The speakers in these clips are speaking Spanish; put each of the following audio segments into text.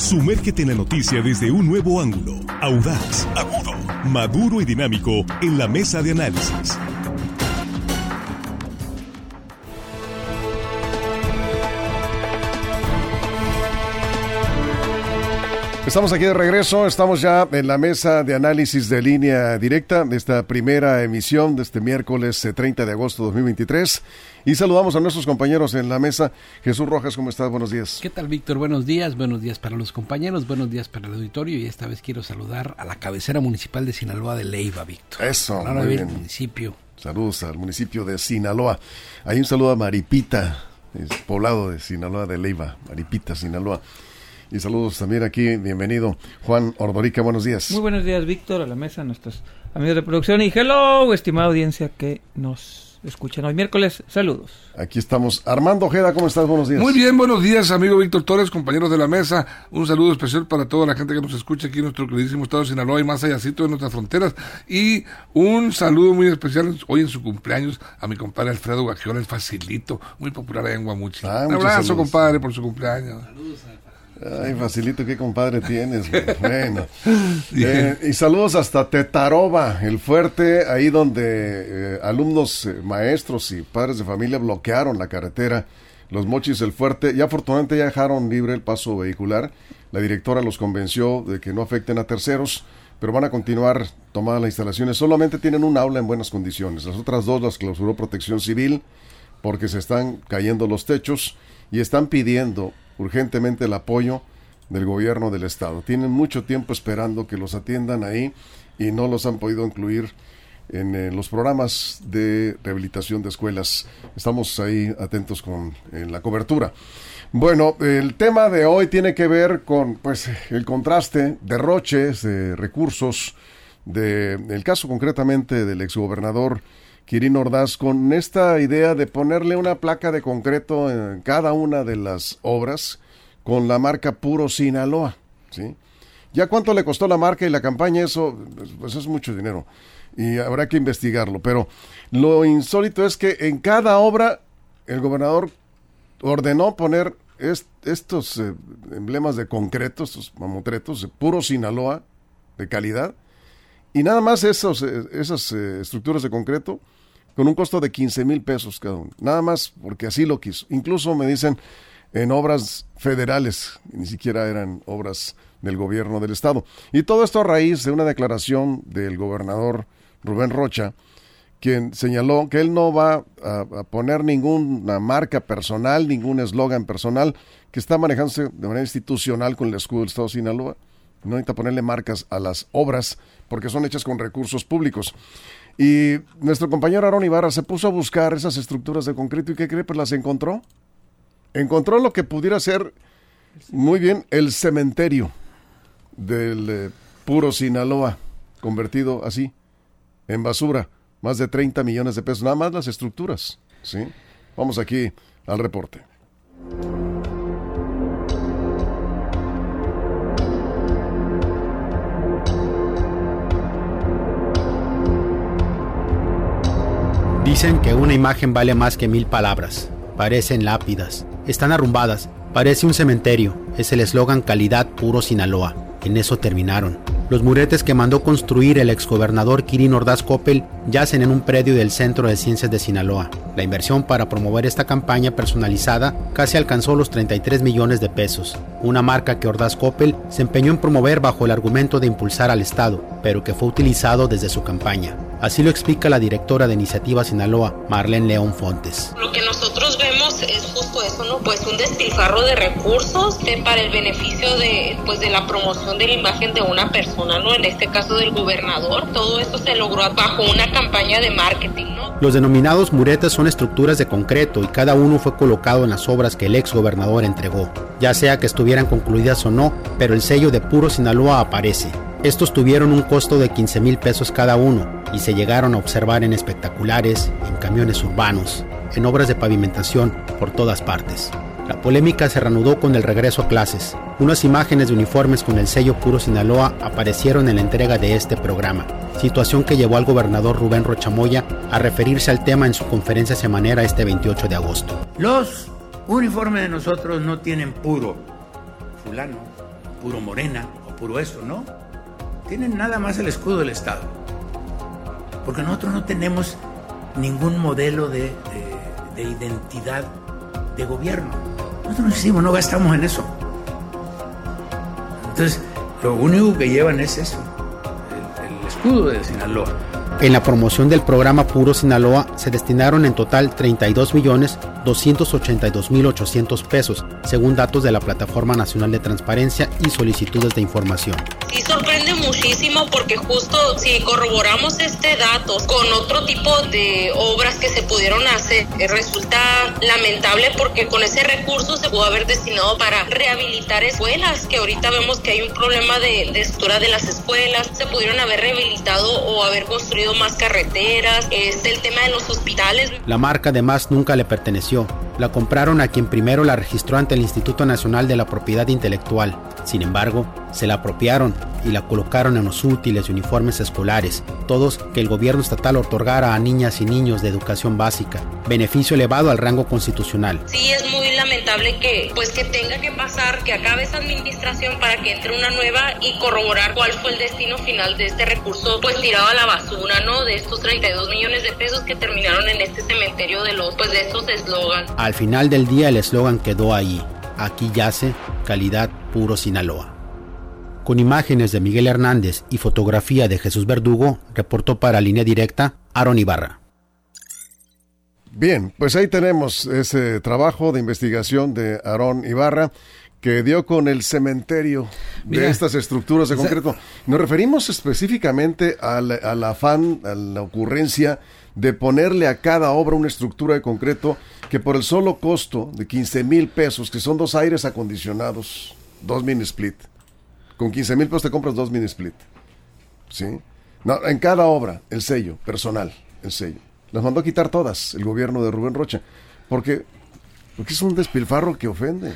Sumérgete en la noticia desde un nuevo ángulo, audaz, agudo, maduro y dinámico en la mesa de análisis. Estamos aquí de regreso, estamos ya en la mesa de análisis de Línea Directa de esta primera emisión de este miércoles 30 de agosto de 2023 y saludamos a nuestros compañeros en la mesa. Jesús Rojas, ¿cómo estás? Buenos días. ¿Qué tal, Víctor? Buenos días para los compañeros, buenos días para el auditorio y esta vez quiero saludar a la cabecera municipal de Sinaloa de Leiva, Víctor. Eso, Ahora muy bien. Municipio. Saludos al municipio de Sinaloa. Hay un saludo a Maripita, es poblado de Sinaloa de Leiva, Maripita, Sinaloa. Y saludos también aquí, bienvenido Juan Ordorica, buenos días. Muy buenos días, Víctor, a la mesa, a nuestros amigos de producción y hello, estimada audiencia que nos escuchan hoy miércoles, saludos. Aquí estamos. Armando Ojeda, ¿cómo estás? Buenos días. Muy bien, buenos días, amigo Víctor Torres, compañeros de la mesa, un saludo especial para toda la gente que nos escucha aquí en nuestro queridísimo estado de Sinaloa y más allácito de nuestras fronteras, y un saludo muy especial hoy en su cumpleaños a mi compadre Alfredo Guajiola, el Facilito, muy popular allá en Guamuchi. Un abrazo, compadre, por su cumpleaños. Saludos a Ay, Facilito, qué compadre tienes, güey. Bueno. Y saludos hasta Tetaroba, el fuerte, ahí donde alumnos, maestros y padres de familia bloquearon la carretera, Los Mochis, el fuerte. Ya afortunadamente ya dejaron libre el paso vehicular. La directora los convenció de que no afecten a terceros, pero van a continuar tomadas las instalaciones. Solamente tienen un aula en buenas condiciones. Las otras dos las clausuró Protección Civil porque se están cayendo los techos y están pidiendo urgentemente el apoyo del gobierno del estado. Tienen mucho tiempo esperando que los atiendan ahí y no los han podido incluir en los programas de rehabilitación de escuelas. Estamos ahí atentos en la cobertura. Bueno, el tema de hoy tiene que ver con el contraste, derroches de recursos, el caso concretamente del exgobernador Quirino Ordaz, con esta idea de ponerle una placa de concreto en cada una de las obras con la marca Puro Sinaloa, ¿sí? Ya cuánto le costó la marca y la campaña, eso pues es mucho dinero y habrá que investigarlo, pero lo insólito es que en cada obra el gobernador ordenó poner estos emblemas de concreto, estos mamotretos de Puro Sinaloa de calidad, y nada más esas estructuras de concreto con un costo de 15,000 pesos cada uno, nada más porque así lo quiso. Incluso me dicen en obras federales, ni siquiera eran obras del gobierno del estado. Y todo esto a raíz de una declaración del gobernador Rubén Rocha, quien señaló que él no va a poner ninguna marca personal, ningún eslogan personal, que está manejándose de manera institucional con el escudo del estado de Sinaloa. No necesita ponerle marcas a las obras porque son hechas con recursos públicos. Y nuestro compañero Aarón Ibarra se puso a buscar esas estructuras de concreto y ¿qué cree? Pues las encontró. Encontró lo que pudiera ser muy bien el cementerio del Puro Sinaloa, convertido así en basura. Más de 30 millones de pesos, nada más las estructuras, ¿sí? Vamos aquí al reporte. Dicen que una imagen vale más que 1000 palabras. Parecen lápidas, están arrumbadas, parece un cementerio. Es el eslogan Calidad Puro Sinaloa. En eso terminaron. Los muretes que mandó construir el exgobernador Quirino Ordaz Coppel yacen en un predio del Centro de Ciencias de Sinaloa. La inversión para promover esta campaña personalizada casi alcanzó los 33 millones de pesos. Una marca que Ordaz Coppel se empeñó en promover bajo el argumento de impulsar al Estado, pero que fue utilizado desde su campaña. Así lo explica la directora de Iniciativa Sinaloa, Marlene León Fontes. Lo que nosotros vemos es justo eso, ¿no? Pues un despilfarro de recursos para el beneficio de la promoción de la imagen de una persona, ¿no? En este caso del gobernador. Todo esto se logró bajo una campaña de marketing, ¿no? Los denominados muretes son estructuras de concreto y cada uno fue colocado en las obras que el ex gobernador entregó, ya sea que estuvieran concluidas o no, pero el sello de Puro Sinaloa aparece. Estos tuvieron un costo de 15,000 pesos cada uno y se llegaron a observar en espectaculares, en camiones urbanos, en obras de pavimentación por todas partes. La polémica se reanudó con el regreso a clases. Unas imágenes de uniformes con el sello Puro Sinaloa aparecieron en la entrega de este programa, situación que llevó al gobernador Rubén Rocha Moya a referirse al tema en su conferencia semanera este 28 de agosto. Los uniformes de nosotros no tienen puro fulano, puro Morena o puro eso, ¿no? Tienen nada más el escudo del Estado. Porque nosotros no tenemos ningún modelo de identidad de gobierno. Nosotros no decimos, no gastamos en eso. Entonces, lo único que llevan es eso, el escudo de Sinaloa. En la promoción del programa Puro Sinaloa se destinaron en total 32.282.800 pesos, según datos de la Plataforma Nacional de Transparencia y Solicitudes de Información. Sí sorprende muchísimo porque justo si corroboramos este dato con otro tipo de obras que se pudieron hacer, resulta lamentable porque con ese recurso se pudo haber destinado para rehabilitar escuelas, que ahorita vemos que hay un problema de estructura de las escuelas, se pudieron haber rehabilitado o haber construido más carreteras, el tema de los hospitales. La marca además nunca le perteneció. La compraron a quien primero la registró ante el Instituto Nacional de la Propiedad Intelectual. Sin embargo, se la apropiaron y la colocaron en los útiles y uniformes escolares, todos que el gobierno estatal otorgara a niñas y niños de educación básica, beneficio elevado al rango constitucional. Sí, es muy lamentable que tenga que pasar, que acabe esa administración para que entre una nueva y corroborar cuál fue el destino final de este recurso, pues tirado a la basura, ¿no? De estos 32 millones de pesos que terminaron en este cementerio de estos eslogans. Al final del día el eslogan quedó ahí: aquí yace calidad puro Sinaloa. Con imágenes de Miguel Hernández y fotografía de Jesús Verdugo, reportó para Línea Directa Aarón Ibarra. Bien, pues ahí tenemos ese trabajo de investigación de Aarón Ibarra que dio con el cementerio de estas estructuras de concreto. Nos referimos específicamente al afán, a la ocurrencia de ponerle a cada obra una estructura de concreto que por el solo costo de 15,000 pesos, que son 2 aires acondicionados, 2 mini split, con 15,000 pesos te compras 2 mini split, ¿sí? No, en cada obra, el sello personal, el sello. Las mandó a quitar todas el gobierno de Rubén Rocha, porque es un despilfarro que ofende.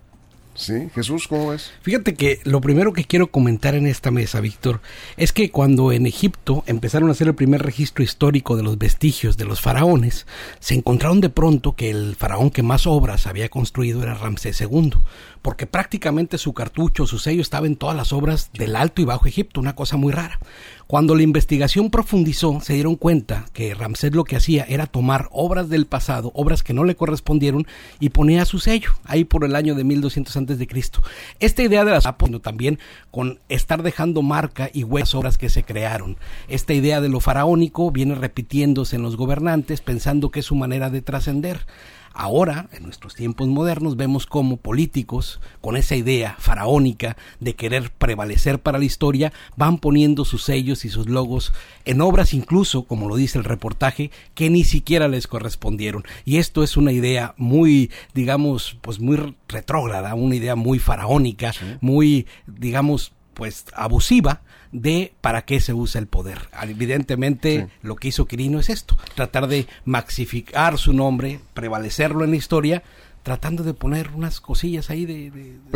Sí, Jesús, ¿cómo ves? Fíjate que lo primero que quiero comentar en esta mesa, Víctor, es que cuando en Egipto empezaron a hacer el primer registro histórico de los vestigios de los faraones, se encontraron de pronto que el faraón que más obras había construido era Ramsés II, porque prácticamente su cartucho, su sello estaba en todas las obras del Alto y Bajo Egipto, una cosa muy rara. Cuando la investigación profundizó, se dieron cuenta que Ramsés lo que hacía era tomar obras del pasado, obras que no le correspondieron, y ponía su sello, ahí por el año de 1200 a.C. Esta idea de las también con estar dejando marca y huellas obras que se crearon. Esta idea de lo faraónico viene repitiéndose en los gobernantes, pensando que es su manera de trascender. Ahora, en nuestros tiempos modernos, vemos cómo políticos, con esa idea faraónica de querer prevalecer para la historia, van poniendo sus sellos y sus logos en obras, incluso, como lo dice el reportaje, que ni siquiera les correspondieron. Y esto es una idea muy, digamos, pues muy retrógrada, una idea muy faraónica, sí, muy, digamos, pues abusiva de para qué se usa el poder. Evidentemente, sí, lo que hizo Quirino es esto, tratar de maxificar su nombre, prevalecerlo en la historia, tratando de poner unas cosillas ahí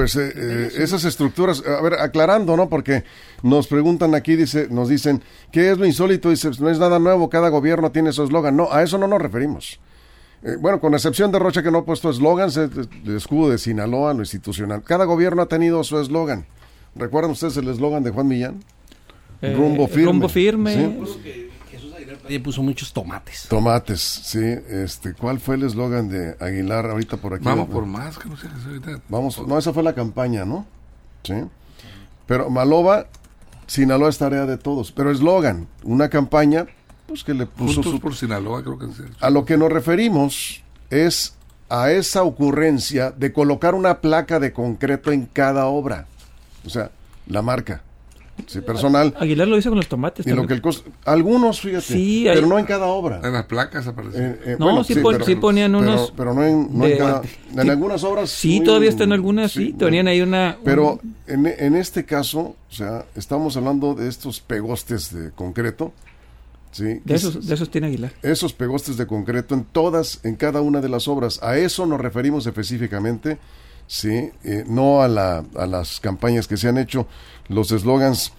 esas estructuras, a ver, aclarando, ¿no? Porque nos preguntan aquí, nos dicen, ¿qué es lo insólito? Dice, no es nada nuevo, cada gobierno tiene su eslogan. No, a eso no nos referimos. Bueno, con excepción de Rocha, que no ha puesto eslogans, el escudo de Sinaloa, lo institucional. Cada gobierno ha tenido su eslogan. ¿Recuerdan ustedes el eslogan de Juan Millán? Rumbo firme. Rumbo firme. ¿Sí? Jesús Aguilar puso muchos tomates. Tomates, sí. ¿Cuál fue el eslogan de Aguilar ahorita por aquí? Vamos por más, que no sé qué Vamos, no, esa fue la campaña, ¿no? Sí. Pero Maloba, Sinaloa es tarea de todos. Pero eslogan, una campaña, pues que le puso Juntos por Sinaloa, creo que es. A lo que nos referimos es a esa ocurrencia de colocar una placa de concreto en cada obra. O sea, la marca. Sí, personal. Aguilar lo hizo con los tomates. Y lo que el costo, algunos, fíjate, sí, pero no en cada obra. En las placas aparecen. No, bueno, sí ponían unos. Pero no en cada. En algunas obras. Sí, todavía están algunas, sí. Tenían ahí una. Pero en este caso, o sea, estamos hablando de estos pegostes de concreto. Sí. De esos tiene Aguilar. Esos pegostes de concreto en cada una de las obras. A eso nos referimos específicamente. Sí, no a las campañas que se han hecho, los eslogans,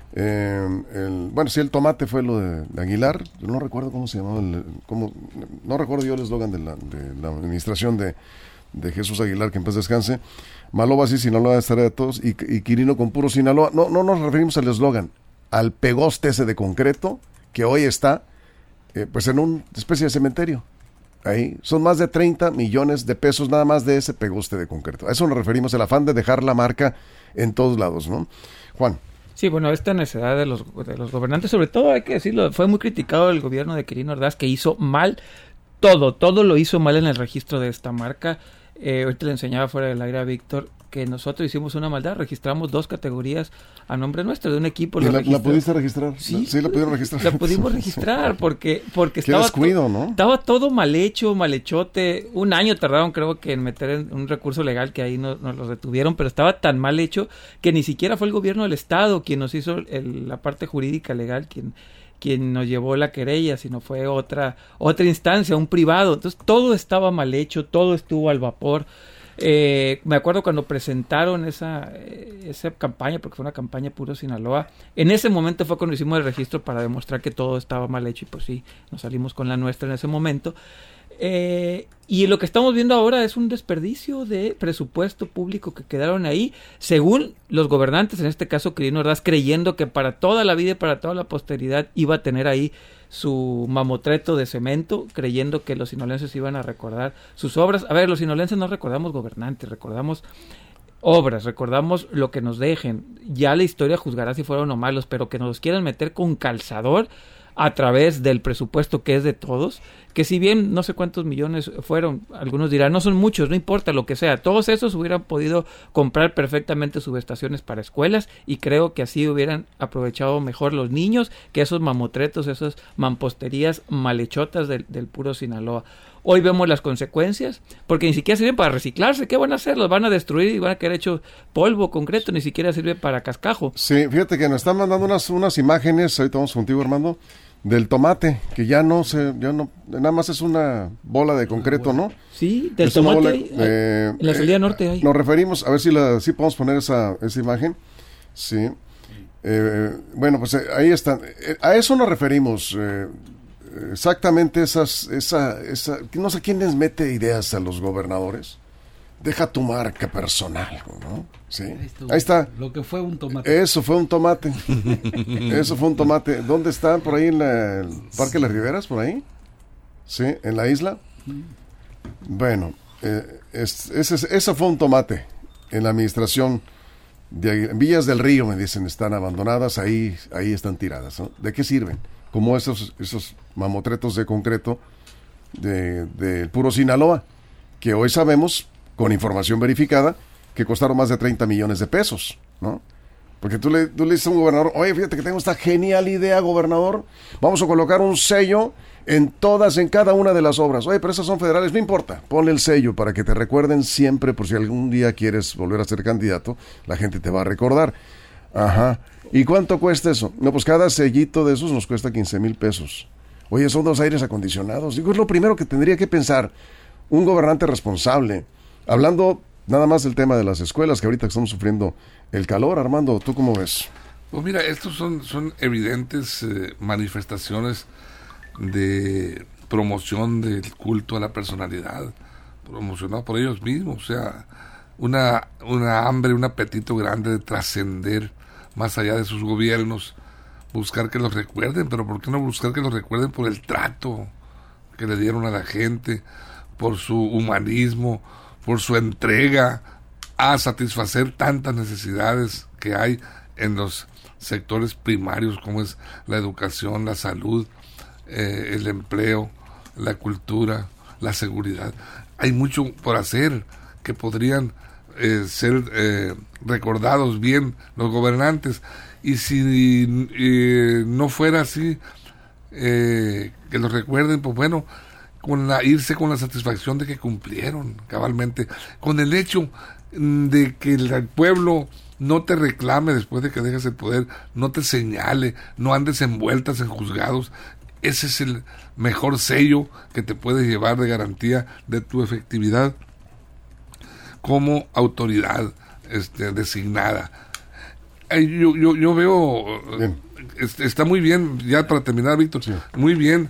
bueno, sí, el tomate fue lo de Aguilar, yo no recuerdo cómo se llamaba, no recuerdo yo el eslogan de la administración de Jesús Aguilar, que en paz descanse. Maloba sí, Sinaloa estará de todos, y Quirino con puro Sinaloa. No nos referimos al eslogan, al pegoste ese de concreto, que hoy está pues en una especie de cementerio. Ahí son más de 30 millones de pesos nada más de ese pegoste de concreto. A eso nos referimos, el afán de dejar la marca en todos lados, ¿no? Juan. Sí, bueno, esta necesidad de los gobernantes, sobre todo hay que decirlo, fue muy criticado el gobierno de Quirino Ordaz, que hizo mal todo lo hizo mal en el registro de esta marca. Ahorita le enseñaba fuera del aire a Víctor que nosotros hicimos una maldad, registramos 2 categorías a nombre nuestro de un equipo. ¿La pudiste registrar? Sí, la pudieron registrar. La pudimos registrar porque estaba descuido, ¿no? Estaba todo mal hecho, mal hechote. Un año tardaron, creo que, en meter en un recurso legal que ahí nos lo retuvieron, pero estaba tan mal hecho que ni siquiera fue el gobierno del estado quien nos hizo la parte jurídica legal, quien nos llevó la querella, sino fue otra instancia, un privado. Entonces todo estaba mal hecho, todo estuvo al vapor. Me acuerdo cuando presentaron esa campaña, porque fue una campaña puro Sinaloa, en ese momento fue cuando hicimos el registro para demostrar que todo estaba mal hecho, y pues sí, nos salimos con la nuestra en ese momento. Y lo que estamos viendo ahora es un desperdicio de presupuesto público que quedaron ahí, según los gobernantes, en este caso Quirino Ordaz, creyendo que para toda la vida y para toda la posteridad iba a tener ahí su mamotreto de cemento, creyendo que los sinolenses iban a recordar sus obras. A ver, los sinolenses no recordamos gobernantes, recordamos obras, recordamos lo que nos dejen. Ya la historia juzgará si fueron o malos, pero que nos quieran meter con calzador a través del presupuesto que es de todos, que si bien no sé cuántos millones fueron, algunos dirán, no son muchos, no importa lo que sea, todos esos hubieran podido comprar perfectamente subestaciones para escuelas, y creo que así hubieran aprovechado mejor los niños que esos mamotretos, esas mamposterías malhechotas del puro Sinaloa. Hoy vemos las consecuencias, porque ni siquiera sirven para reciclarse. ¿Qué van a hacer? Los van a destruir y van a quedar hecho polvo, concreto, ni siquiera sirve para cascajo. Sí, fíjate que nos están mandando unas imágenes, ahorita vamos contigo, Armando, del tomate, que ya no, nada más es una bola de concreto, ¿no? Sí, del tomate, en la salida norte hay. Nos referimos, a ver si podemos poner esa imagen, sí. Bueno, pues ahí están, a eso nos referimos, exactamente esa, no sé quién les mete ideas a los gobernadores. Deja tu marca personal, ¿no? Sí. Ahí está. Lo que fue un tomate. Eso fue un tomate. Eso fue un tomate. ¿Dónde están? ¿Por ahí en el Parque Las Riberas? ¿Por ahí? Sí, en la isla. Bueno, eso fue un tomate en la administración de Villas del Río, me dicen, están abandonadas, ahí están tiradas, ¿no? ¿De qué sirven? Como esos mamotretos de concreto de puro Sinaloa, que hoy sabemos, con información verificada, que costaron más de 30 millones de pesos, ¿no? Porque tú le dices a un gobernador, oye, fíjate que tengo esta genial idea, gobernador, vamos a colocar un sello en cada una de las obras. Oye, pero esas son federales, no importa, ponle el sello para que te recuerden siempre, por si algún día quieres volver a ser candidato, la gente te va a recordar. Ajá. ¿Y cuánto cuesta eso? No, pues cada sellito de esos nos cuesta 15,000 pesos. Oye, son 2 aires acondicionados. Digo, es lo primero que tendría que pensar un gobernante responsable. Hablando nada más del tema de las escuelas, que ahorita estamos sufriendo el calor. Armando, ¿tú cómo ves? Pues mira, estos son evidentes manifestaciones de promoción del culto a la personalidad, promocionado por ellos mismos. O sea, una hambre, un apetito grande de trascender más allá de sus gobiernos, buscar que los recuerden. Pero ¿por qué no buscar que los recuerden por el trato que le dieron a la gente, por su humanismo, por su entrega a satisfacer tantas necesidades que hay en los sectores primarios, como es la educación, la salud, el empleo, la cultura, la seguridad? Hay mucho por hacer que podrían ser recordados bien los gobernantes, y si no fuera así, que los recuerden, pues bueno, irse con la satisfacción de que cumplieron cabalmente, con el hecho de que el pueblo no te reclame después de que dejes el poder, no te señale, no andes envueltas en juzgados. Ese es el mejor sello que te puedes llevar de garantía de tu efectividad como autoridad designada. yo veo... Está muy bien, ya para terminar, Víctor, sí. Muy bien,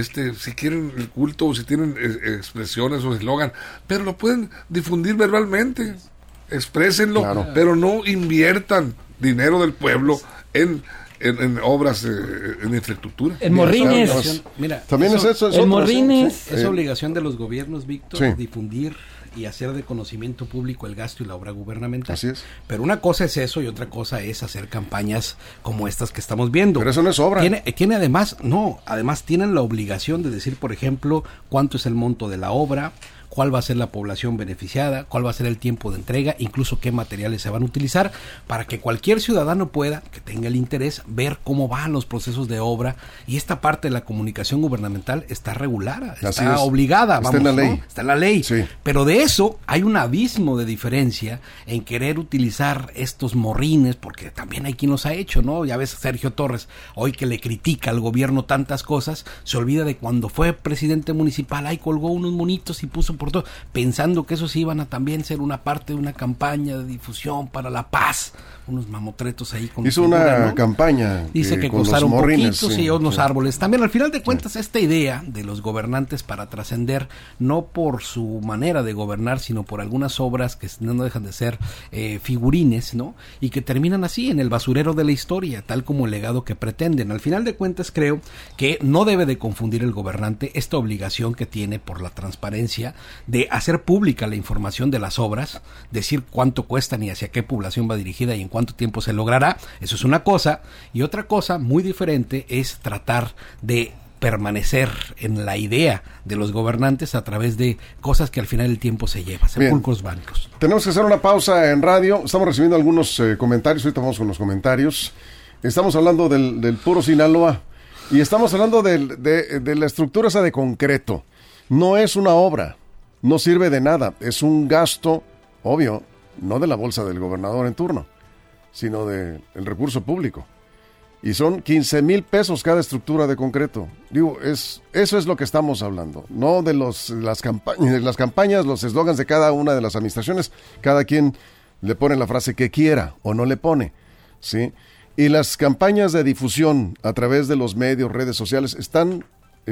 si quieren el culto o si tienen expresiones o eslogan, pero lo pueden difundir verbalmente, exprésenlo, claro. Pero no inviertan dinero del pueblo en obras, en infraestructura. En morrines. Mira, también eso en morrines. Es obligación de los gobiernos, Víctor, sí. Difundir y hacer de conocimiento público el gasto y la obra gubernamental. Así es. Pero una cosa es eso y otra cosa es hacer campañas como estas que estamos viendo. Pero eso no es obra. Tiene además tienen la obligación de decir, por ejemplo, cuánto es el monto de la obra, cuál va a ser la población beneficiada, cuál va a ser el tiempo de entrega, incluso qué materiales se van a utilizar, para que cualquier ciudadano pueda, que tenga el interés, ver cómo van los procesos de obra, y esta parte de la comunicación gubernamental está regulada, está obligada, está en la ley. ¿no? Está en la ley, sí. Pero de eso hay un abismo de diferencia en querer utilizar estos morrines, porque también hay quien los ha hecho, ¿no? Ya ves Sergio Torres, hoy que le critica al gobierno tantas cosas, se olvida de cuando fue presidente municipal, ahí colgó unos monitos y puso por todo, pensando que esos iban a también ser una parte de una campaña de difusión para la paz, unos mamotretos ahí con hizo una, ¿no? Campaña dice que costaron poquitos y unos árboles también. Al final de cuentas, esta idea de los gobernantes para trascender, no por su manera de gobernar, sino por algunas obras que no dejan de ser figurines, ¿no? Y que terminan así en el basurero de la historia, tal como el legado que pretenden. Al final de cuentas, creo que no debe de confundir el gobernante esta obligación que tiene por la transparencia de hacer pública la información de las obras, decir cuánto cuestan y hacia qué población va dirigida y en cuánto tiempo se logrará. Eso es una cosa, y otra cosa muy diferente es tratar de permanecer en la idea de los gobernantes a través de cosas que al final del tiempo se llevan, sepulcros blancos. Tenemos que hacer una pausa en radio, estamos recibiendo algunos comentarios, ahorita vamos con los comentarios. Estamos hablando del puro Sinaloa y estamos hablando de la estructura esa de concreto. No es una obra, no sirve de nada, es un gasto, obvio, no de la bolsa del gobernador en turno, sino del recurso público. Y son 15,000 pesos cada estructura de concreto. Digo, eso es lo que estamos hablando, no de las campañas, los eslogans de cada una de las administraciones. Cada quien le pone la frase que quiera o no le pone, ¿sí? Y las campañas de difusión a través de los medios, redes sociales, están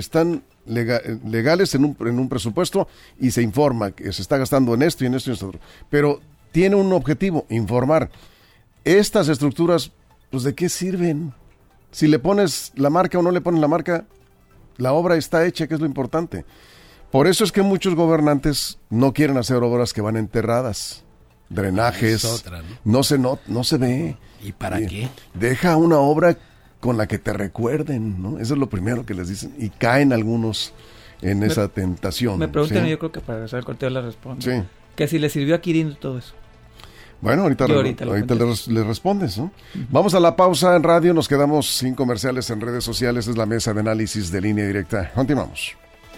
legales en un presupuesto y se informa que se está gastando en esto y en esto y en esto. Pero tiene un objetivo, informar. Estas estructuras, pues ¿de qué sirven? Si le pones la marca o no le pones la marca, la obra está hecha, que es lo importante. Por eso es que muchos gobernantes no quieren hacer obras que van enterradas. Drenajes, no se ve. ¿Y para qué? Deja una obra con la que te recuerden, ¿no? Eso es lo primero que les dicen. Y caen algunos en esa tentación. Me preguntan, ¿sí? Yo creo que para regresar al corteo la respondo. Sí. Que si le sirvió a Quirino todo eso. Bueno, ahorita le respondes, ¿no? Uh-huh. Vamos a la pausa en radio, nos quedamos sin comerciales en redes sociales, es la mesa de análisis de Línea Directa. Continuamos.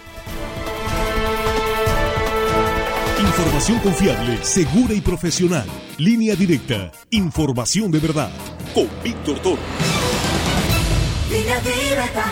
Información confiable, segura y profesional. Línea Directa, información de verdad. Con Víctor Toro. Línea Directa.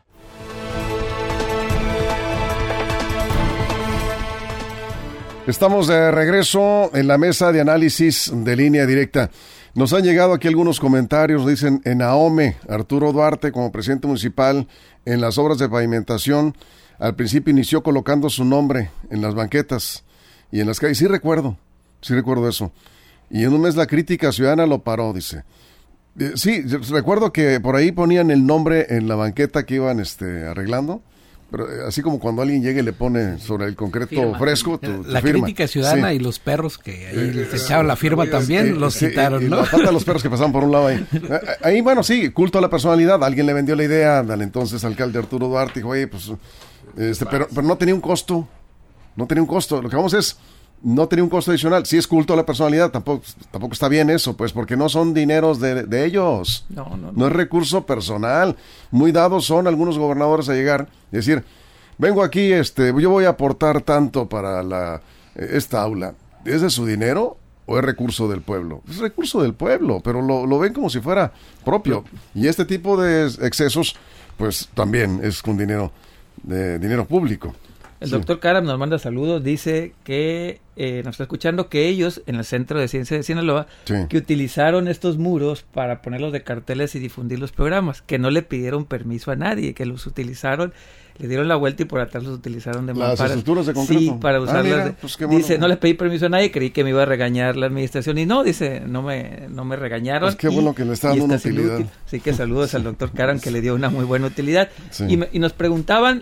Estamos de regreso en la mesa de análisis de Línea Directa. Nos han llegado aquí algunos comentarios, dicen en Ahome, Arturo Duarte como presidente municipal en las obras de pavimentación, al principio inició colocando su nombre en las banquetas y en las calles. Sí recuerdo eso. Y en un mes la crítica ciudadana lo paró, dice. Sí, recuerdo que por ahí ponían el nombre en la banqueta que iban arreglando. Pero así como cuando alguien llega y le pone sobre el concreto fresco la firma. Crítica ciudadana, sí. Y los perros que ahí les echaban la firma también los quitaron, ¿no? La falta de los perros que pasaban por un lado ahí. Ahí, bueno, sí, culto a la personalidad. Alguien le vendió la idea al entonces alcalde Arturo Duarte. Dijo, oye, pues, pero no tenía un costo. Lo que vamos es, no tenía un costo adicional. Si es culto a la personalidad, tampoco está bien eso, pues, porque no son dineros de ellos. No es recurso personal. Muy dados son algunos gobernadores a llegar y decir, vengo aquí, yo voy a aportar tanto para esta aula. ¿Es de su dinero o es recurso del pueblo? Es recurso del pueblo, pero lo ven como si fuera propio. Y este tipo de excesos, pues, también es con dinero público. El doctor Karam nos manda saludos, dice que nos está escuchando, que ellos en el Centro de Ciencia de Sinaloa, que utilizaron estos muros para ponerlos de carteles y difundir los programas, que no le pidieron permiso a nadie, que los utilizaron, le dieron la vuelta y por atrás los utilizaron de mamparas. Las estructuras de concreto. Sí, para usarlas. Mira, pues bueno. Dice, no les pedí permiso a nadie, creí que me iba a regañar la administración, y no, dice, no me regañaron. Pues qué bueno que le está dando una utilidad. Así que saludos al doctor Karam, que le dio una muy buena utilidad. Sí. Y nos preguntaban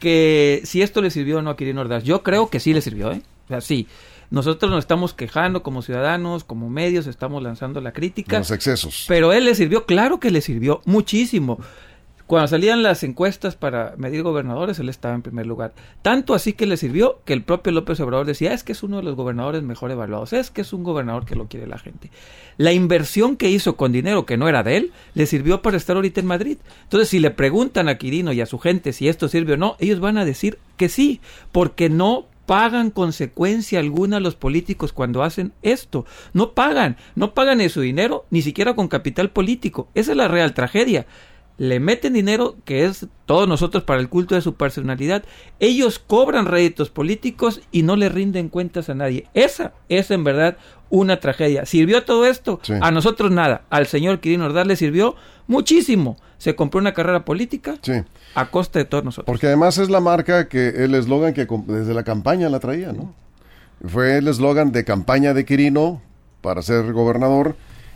que si esto le sirvió o no a Quirino Ordaz. Yo creo que sí le sirvió, ¿eh? O sea, sí. Nosotros nos estamos quejando como ciudadanos, como medios, estamos lanzando la crítica. Los excesos. Pero él le sirvió, claro que le sirvió muchísimo. Cuando salían las encuestas para medir gobernadores, él estaba en primer lugar. Tanto así que le sirvió que el propio López Obrador decía, es que es uno de los gobernadores mejor evaluados, es que es un gobernador que lo quiere la gente. La inversión que hizo con dinero que no era de él, le sirvió para estar ahorita en Madrid. Entonces, si le preguntan a Quirino y a su gente si esto sirve o no, ellos van a decir que sí, porque no pagan consecuencia alguna los políticos cuando hacen esto. No pagan de su dinero, ni siquiera con capital político. Esa es la real tragedia. Le meten dinero, que es todos nosotros, para el culto de su personalidad. Ellos cobran réditos políticos y no le rinden cuentas a nadie. Esa es en verdad una tragedia. ¿Sirvió todo esto? Sí. A nosotros nada. Al señor Quirino Ordaz le sirvió muchísimo. Se compró una carrera política a costa de todos nosotros. Porque además es la marca, que el eslogan que desde la campaña la traía, ¿no? Fue el eslogan de campaña de Quirino para ser gobernador.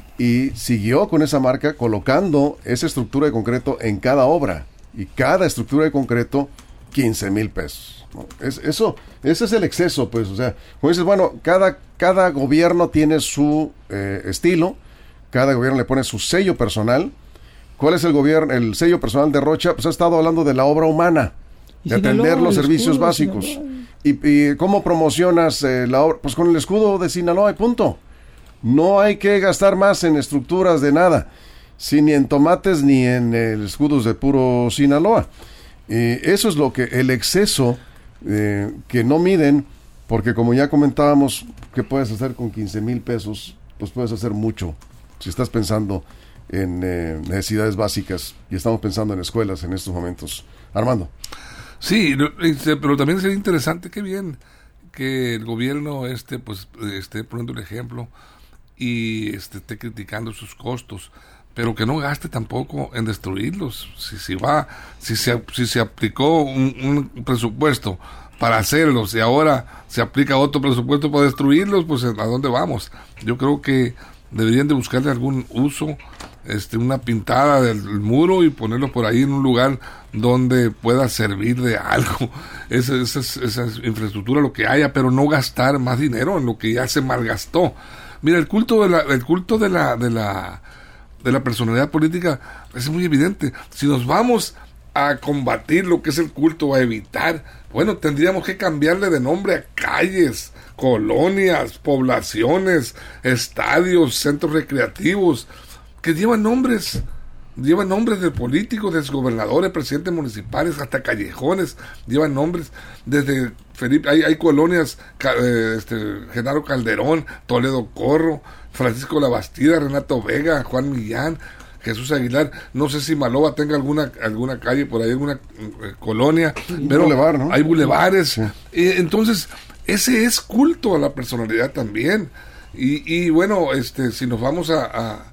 Y siguió con esa marca, colocando esa estructura de concreto en cada obra. Y cada estructura de concreto, 15,000 pesos. ¿No? Ese es el exceso, pues. O sea, como dices, bueno, cada gobierno tiene su estilo. Cada gobierno le pone su sello personal. ¿Cuál es el sello personal de Rocha? Pues ha estado hablando de la obra humana. De atender los servicios básicos. ¿Y cómo promocionas la obra? Pues con el escudo de Sinaloa y punto. No hay que gastar más en estructuras de nada, ni en tomates ni en escudos de puro Sinaloa. Eso es lo que el exceso que no miden, porque como ya comentábamos, ¿qué puedes hacer con 15,000 pesos? Pues puedes hacer mucho. Si estás pensando en necesidades básicas, y estamos pensando en escuelas en estos momentos. Armando. Sí, pero también sería interesante, qué bien que el gobierno esté poniendo el ejemplo y esté criticando sus costos, pero que no gaste tampoco en destruirlos. Si se aplicó un presupuesto para hacerlos y ahora se aplica otro presupuesto para destruirlos, pues ¿a dónde vamos? Yo creo que deberían de buscarle algún uso, una pintada del muro y ponerlo por ahí en un lugar donde pueda servir de algo. Esa infraestructura, lo que haya, pero no gastar más dinero en lo que ya se malgastó. Mira, el culto de la personalidad política es muy evidente. Si nos vamos a combatir lo que es el culto, a evitar, bueno, tendríamos que cambiarle de nombre a calles, colonias, poblaciones, estadios, centros recreativos, que llevan nombres de políticos, de gobernadores, presidentes municipales, hasta callejones, llevan nombres desde Felipe, hay colonias, Genaro Calderón, Toledo Corro, Francisco Labastida, Renato Vega, Juan Millán, Jesús Aguilar. No sé si Maloba tenga alguna calle por ahí, alguna colonia, pero bulevar, ¿no? Hay bulevares. Sí. Entonces, ese es culto a la personalidad también. Y bueno, si nos vamos a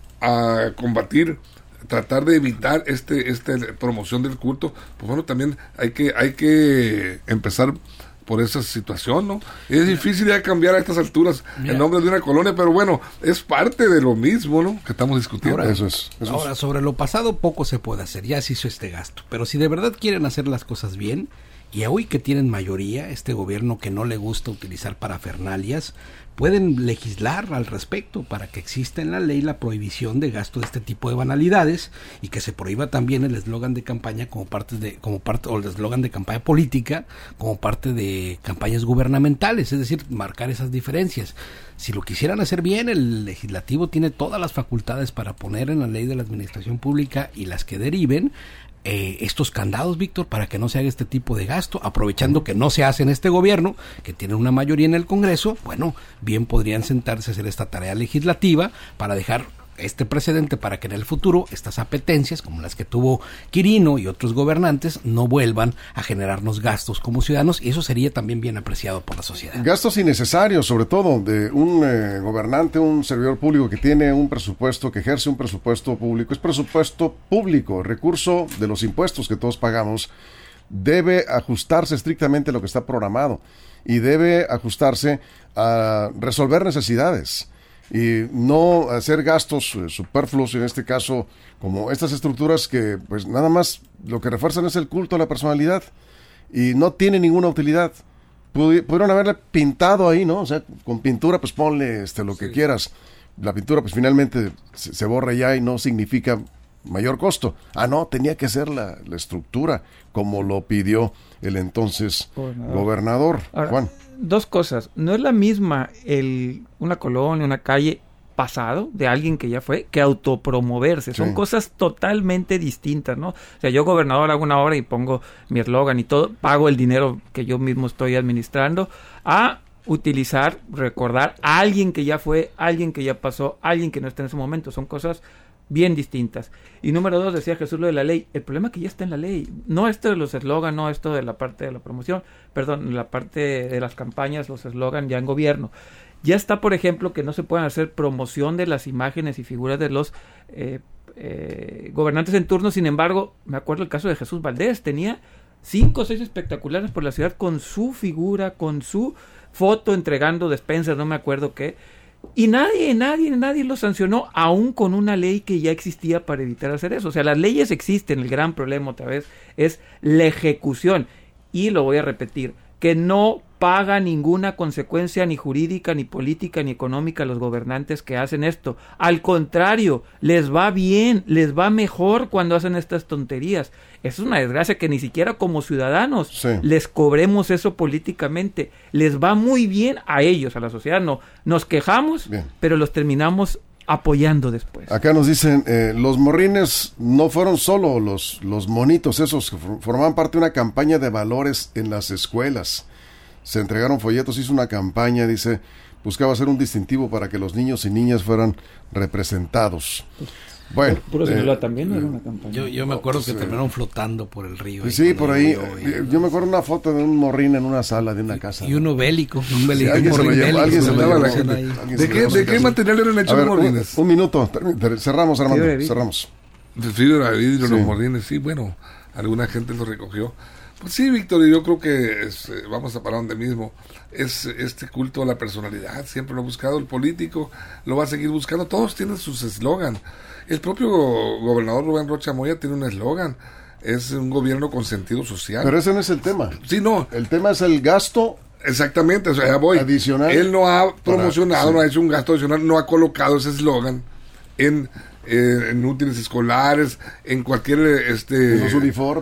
combatir, tratar de evitar promoción del culto, pues bueno, también hay que empezar por esa situación, ¿no? Es difícil ya cambiar a estas alturas el nombre de una colonia, pero bueno, es parte de lo mismo, ¿no?, que estamos discutiendo. Ahora, sobre lo pasado poco se puede hacer, ya se hizo este gasto, pero si de verdad quieren hacer las cosas bien, y hoy que tienen mayoría, este gobierno que no le gusta utilizar parafernalias, pueden legislar al respecto para que exista en la ley la prohibición de gasto de este tipo de banalidades y que se prohíba también el eslogan de campaña o el eslogan de campaña política como parte de campañas gubernamentales, es decir, marcar esas diferencias. Si lo quisieran hacer bien, el legislativo tiene todas las facultades para poner en la ley de la administración pública y las que deriven estos candados, Víctor, para que no se haga este tipo de gasto, aprovechando que no se hace en este gobierno, que tiene una mayoría en el Congreso. Bueno, bien podrían sentarse a hacer esta tarea legislativa para dejar este precedente para que en el futuro estas apetencias, como las que tuvo Quirino y otros gobernantes, no vuelvan a generarnos gastos como ciudadanos, y eso sería también bien apreciado por la sociedad. Gastos innecesarios, sobre todo, de un gobernante, un servidor público que tiene un presupuesto, que ejerce un presupuesto público. Es presupuesto público, recurso de los impuestos que todos pagamos, debe ajustarse estrictamente a lo que está programado y debe ajustarse a resolver necesidades y no hacer gastos superfluos, en este caso, como estas estructuras que pues nada más lo que refuerzan es el culto a la personalidad y no tiene ninguna utilidad. Pudieron haberle pintado ahí, ¿no? O sea, con pintura pues ponle lo que quieras. La pintura pues finalmente se borra ya y no significa mayor costo. No, tenía que ser la estructura como lo pidió el entonces gobernador. Ahora, Juan. Dos cosas. No es la misma una colonia, una calle pasado de alguien que ya fue, que autopromoverse. Son cosas totalmente distintas, ¿no? O sea, yo gobernador hago una obra y pongo mi eslogan y todo, pago el dinero que yo mismo estoy administrando, a utilizar, recordar a alguien que ya fue, alguien que ya pasó, alguien que no está en ese momento. Son cosas bien distintas. Y número 2, decía Jesús lo de la ley. El problema es que ya está en la ley. No esto de los eslogans, no esto de la parte de la promoción, perdón, la parte de las campañas, los eslogans ya en gobierno. Ya está, por ejemplo, que no se pueden hacer promoción de las imágenes y figuras de los gobernantes en turno. Sin embargo, me acuerdo el caso de Jesús Valdés. Tenía 5 o 6 espectaculares por la ciudad con su figura, con su foto entregando despensas, no me acuerdo qué. Y nadie lo sancionó, aún con una ley que ya existía para evitar hacer eso. O sea, las leyes existen, el gran problema otra vez es la ejecución. Y lo voy a repetir, que no paga ninguna consecuencia ni jurídica, ni política, ni económica a los gobernantes que hacen esto. Al contrario, les va bien, les va mejor cuando hacen estas tonterías. Es una desgracia que ni siquiera como ciudadanos les cobremos eso políticamente. Les va muy bien a ellos, a la sociedad. No, nos quejamos, pero los terminamos apoyando después. Acá nos dicen, los morrines no fueron solo los monitos esos que formaban parte de una campaña de valores en las escuelas. Se entregaron folletos, hizo una campaña, dice, buscaba hacer un distintivo para que los niños y niñas fueran representados. Bueno, puro Sinaloa también era una campaña. Yo me acuerdo que terminaron flotando por el río. Sí, por ahí. Yo me acuerdo una foto de un morrín en una sala de una casa. Y uno bélico. Alguien se lo llevó. ¿De qué material eran hechos los morrines? Un minuto. Cerramos, Armando. Cerramos. De fibra de vidrio, los morrines. Sí, bueno, alguna gente los recogió. Pues sí, Víctor, y yo creo que vamos a parar donde mismo. Es este culto a la personalidad. Siempre lo ha buscado el político. Lo va a seguir buscando. Todos tienen sus eslogan. El propio gobernador Rubén Rocha Moya tiene un eslogan, es un gobierno con sentido social. Pero ese no es el tema. Sí, no. El tema es el gasto. Exactamente, o sea, ya voy. Adicional. Él no ha promocionado, no ha hecho un gasto adicional, no ha colocado ese eslogan en útiles escolares, en cualquier los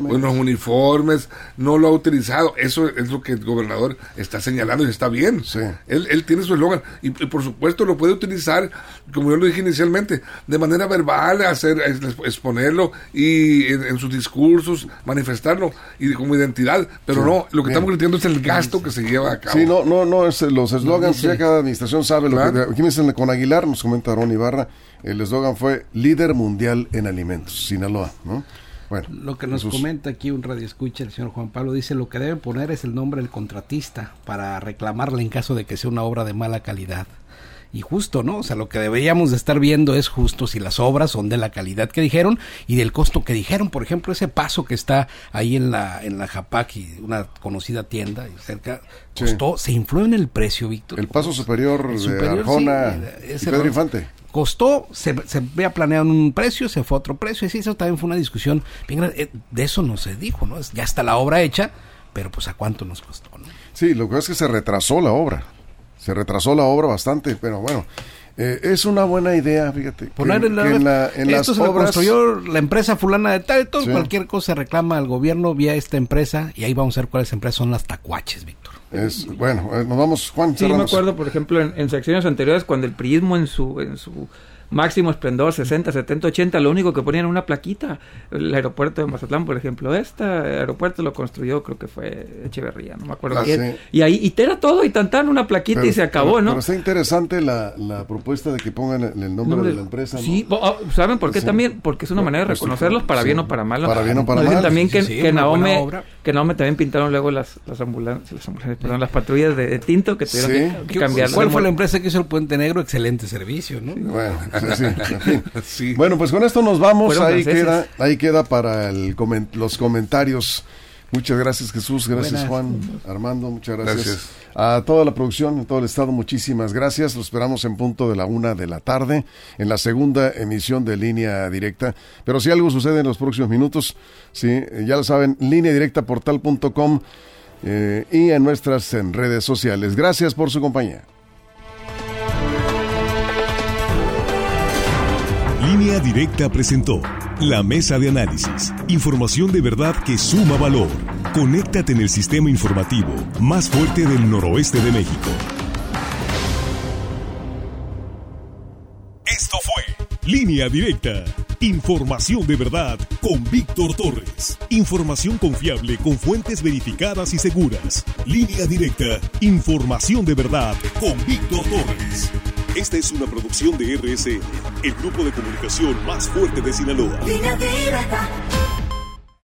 uniformes, no lo ha utilizado. Eso es lo que el gobernador está señalando y está bien. Él tiene su eslogan y por supuesto lo puede utilizar, como yo lo dije inicialmente, de manera verbal, exponerlo y en sus discursos manifestarlo y como identidad, pero no, lo que estamos criticando es el gasto que se lleva a cabo. Sí, no, los eslogans, ya cada administración sabe lo que aquí me dicen con Aguilar, nos comenta Aaron Ibarra. El eslogan fue líder mundial en alimentos, Sinaloa, ¿no? Bueno, lo que nos comenta aquí un radioescucha, el señor Juan Pablo, dice, lo que deben poner es el nombre del contratista para reclamarle en caso de que sea una obra de mala calidad. Y justo, ¿no? O sea, lo que deberíamos de estar viendo es justo si las obras son de la calidad que dijeron y del costo que dijeron. Por ejemplo, ese paso que está ahí en la Japaqui, una conocida tienda cerca, costó, se infló en el precio, Víctor. El paso superior de Arjona y Pedro Infante. Costó, se había planeado un precio, se fue a otro precio, y sí, eso también fue una discusión bien grande. De eso no se dijo, ¿no? Ya está la obra hecha, pero pues ¿a cuánto nos costó, no? Sí, lo que es que se retrasó la obra. Se retrasó la obra bastante, pero bueno, es una buena idea, fíjate. Poner en las obras, lo construyó la empresa fulana de tal y todo, cualquier cosa se reclama al gobierno vía esta empresa, y ahí vamos a ver cuáles empresas son las tacuaches, Víctor. Bueno, nos vamos, Juan. Sí, me acuerdo, por ejemplo, en secciones anteriores, cuando el priismo en su máximo esplendor, 60, 70, 80, lo único que ponían una plaquita. El aeropuerto de Mazatlán, por ejemplo, este aeropuerto lo construyó, creo que fue Echeverría, no me acuerdo quién. Sí. Y ahí, y era todo, y tan una plaquita pero, y se acabó, ¿no? Pero está interesante la propuesta de que pongan el nombre de la empresa, ¿no? Sí, ¿saben por qué también? Porque es una manera de reconocerlos para bien o para mal. Para bien o para mal. También que Nahome también pintaron luego las ambulancias, perdón, las patrullas de tinto que tuvieron que cambiar. ¿Cuál fue la empresa que hizo el Puente Negro? Excelente servicio, ¿no? Bueno, sí. Bueno, pues con esto nos vamos. Ahí queda para los comentarios. Muchas gracias, Jesús. Gracias, Juan. Armando, muchas gracias. A toda la producción, en todo el estado, muchísimas gracias. Los esperamos en punto de la 1 de la tarde, en la segunda emisión de Línea Directa. Pero si algo sucede en los próximos minutos, sí, ya lo saben, lineadirectaportal.com y en nuestras redes sociales. Gracias por su compañía. Línea Directa presentó la mesa de análisis. Información de verdad que suma valor. Conéctate en el sistema informativo más fuerte del noroeste de México. Esto fue Línea Directa. Información de verdad con Víctor Torres. Información confiable con fuentes verificadas y seguras. Línea Directa. Información de verdad con Víctor Torres. Esta es una producción de RSN, el grupo de comunicación más fuerte de Sinaloa. Línea Directa.